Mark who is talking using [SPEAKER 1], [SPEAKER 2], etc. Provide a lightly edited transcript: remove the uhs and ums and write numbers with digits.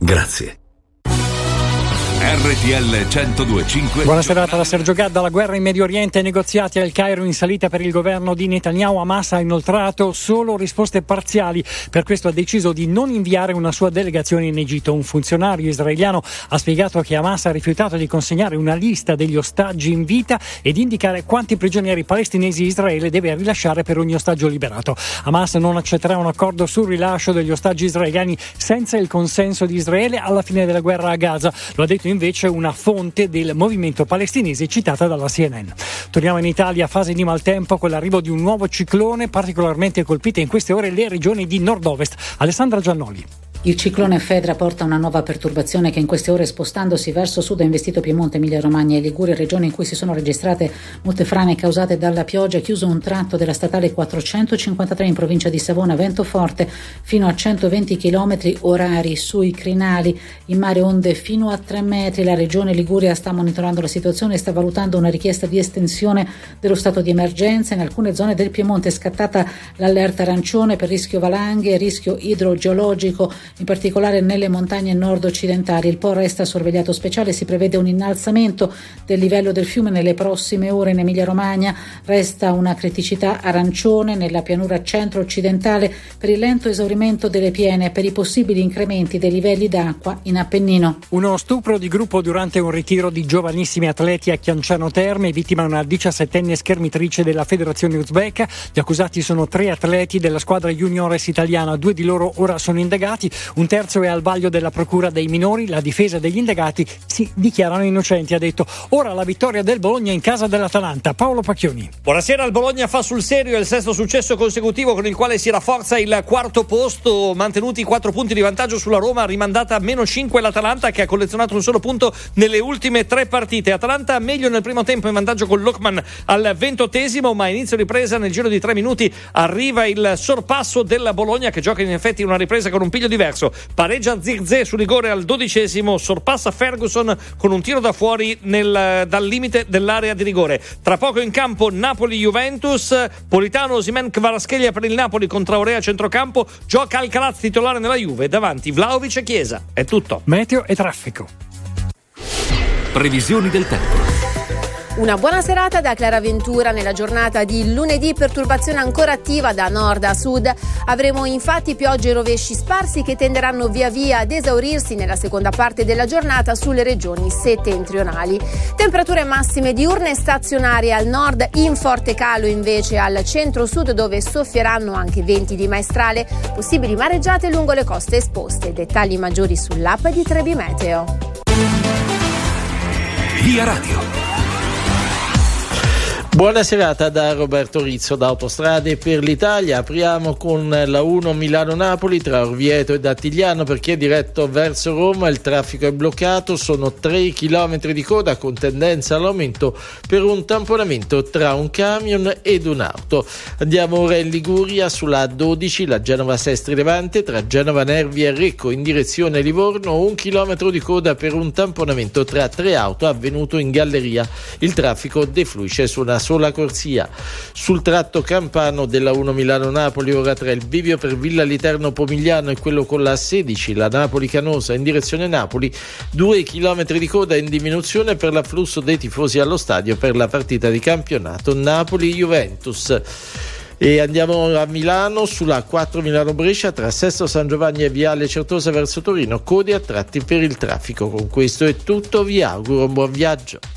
[SPEAKER 1] Grazie. RTL 102.5.
[SPEAKER 2] Buona serata da Sergio Gadda. La guerra in Medio Oriente, negoziati al Cairo in salita per il governo di Netanyahu. Hamas ha inoltrato solo risposte parziali, per questo ha deciso di non inviare una sua delegazione in Egitto. Un funzionario israeliano ha spiegato che Hamas ha rifiutato di consegnare una lista degli ostaggi in vita e di indicare quanti prigionieri palestinesi Israele deve rilasciare per ogni ostaggio liberato. Hamas non accetterà un accordo sul rilascio degli ostaggi israeliani senza il consenso di Israele alla fine della guerra a Gaza. Lo ha detto invece una fonte del movimento palestinese citata dalla CNN. Torniamo in Italia, fase di maltempo con l'arrivo di un nuovo ciclone, particolarmente colpite in queste ore le regioni di nord-ovest. Alessandra Giannoli.
[SPEAKER 3] Il ciclone Fedra porta una nuova perturbazione che in queste ore, spostandosi verso sud, ha investito Piemonte, Emilia-Romagna e Liguria, regioni in cui si sono registrate molte frane causate dalla pioggia. Chiuso un tratto della statale 453 in provincia di Savona, vento forte fino a 120 km orari sui crinali, in mare onde fino a 3 metri. La regione Liguria sta monitorando la situazione e sta valutando una richiesta di estensione dello stato di emergenza. In alcune zone del Piemonte è scattata l'allerta arancione per rischio valanghe e rischio idrogeologico, in particolare nelle montagne nord-occidentali. Il Po resta sorvegliato speciale, si prevede un innalzamento del livello del fiume nelle prossime ore. In Emilia-Romagna resta una criticità arancione nella pianura centro-occidentale per il lento esaurimento delle piene e per i possibili incrementi dei livelli d'acqua in Appennino.
[SPEAKER 2] Uno stupro di gruppo durante un ritiro di giovanissimi atleti a Chianciano Terme, vittima una 17enne schermitrice della federazione uzbeka. Gli accusati sono 3 atleti della squadra juniores italiana, 2 di loro ora sono indagati. Un terzo è al vaglio della procura dei minori. La difesa degli indagati si dichiarano innocenti, ha detto. Ora la vittoria del Bologna in casa dell'Atalanta. Paolo Pacchioni.
[SPEAKER 4] Buonasera. Il Bologna fa sul serio il 6º successo consecutivo con il quale si rafforza il 4º posto, mantenuti 4 punti di vantaggio sulla Roma, rimandata a -5 l'Atalanta che ha collezionato un solo punto nelle ultime 3 partite. Atalanta meglio nel primo tempo, in vantaggio con Lokman al 20°, ma a inizio ripresa nel giro di 3 minuti arriva il sorpasso della Bologna, che gioca in effetti una ripresa con un piglio diverso. Pareggia Zirkzee su rigore al 12°, sorpassa Ferguson con un tiro da fuori dal limite dell'area di rigore. Tra poco in campo Napoli-Juventus, Politano, Osimhen, Kvaratskhelia per il Napoli, con Traoré a centrocampo, gioca Alcaraz titolare nella Juve, davanti Vlahovic e Chiesa. È tutto.
[SPEAKER 2] Meteo e traffico.
[SPEAKER 1] Previsioni del tempo.
[SPEAKER 5] Una buona serata da Clara Ventura. Nella giornata di lunedì, perturbazione ancora attiva da nord a sud. Avremo infatti piogge e rovesci sparsi che tenderanno via via ad esaurirsi nella seconda parte della giornata sulle regioni settentrionali. Temperature massime diurne e stazionarie al nord, in forte calo invece al centro-sud, dove soffieranno anche venti di maestrale, possibili mareggiate lungo le coste esposte. Dettagli maggiori sull'app di Trebi Meteo.
[SPEAKER 1] Via Radio.
[SPEAKER 6] Buona serata da Roberto Rizzo da Autostrade per l'Italia. Apriamo con la 1 Milano-Napoli tra Orvieto e Dattigliano. Per chi è diretto verso Roma il traffico è bloccato, sono 3 chilometri di coda con tendenza all'aumento per un tamponamento tra un camion ed un'auto. Andiamo ora in Liguria sulla A12, la Genova-Sestri Levante tra Genova Nervi e Recco in direzione Livorno, 1 chilometro di coda per un tamponamento tra 3 auto avvenuto in galleria. Il traffico defluisce su una sola corsia. Sul tratto campano della 1 Milano-Napoli, ora tra il bivio per Villa Literno Pomigliano e quello con la A16, la Napoli-Canosa in direzione Napoli, 2 chilometri di coda in diminuzione per l'afflusso dei tifosi allo stadio per la partita di campionato Napoli-Juventus. E andiamo a Milano sulla 4 Milano-Brescia tra Sesto San Giovanni e Viale Certosa verso Torino, code a tratti per il traffico. Con questo è tutto, vi auguro un buon viaggio.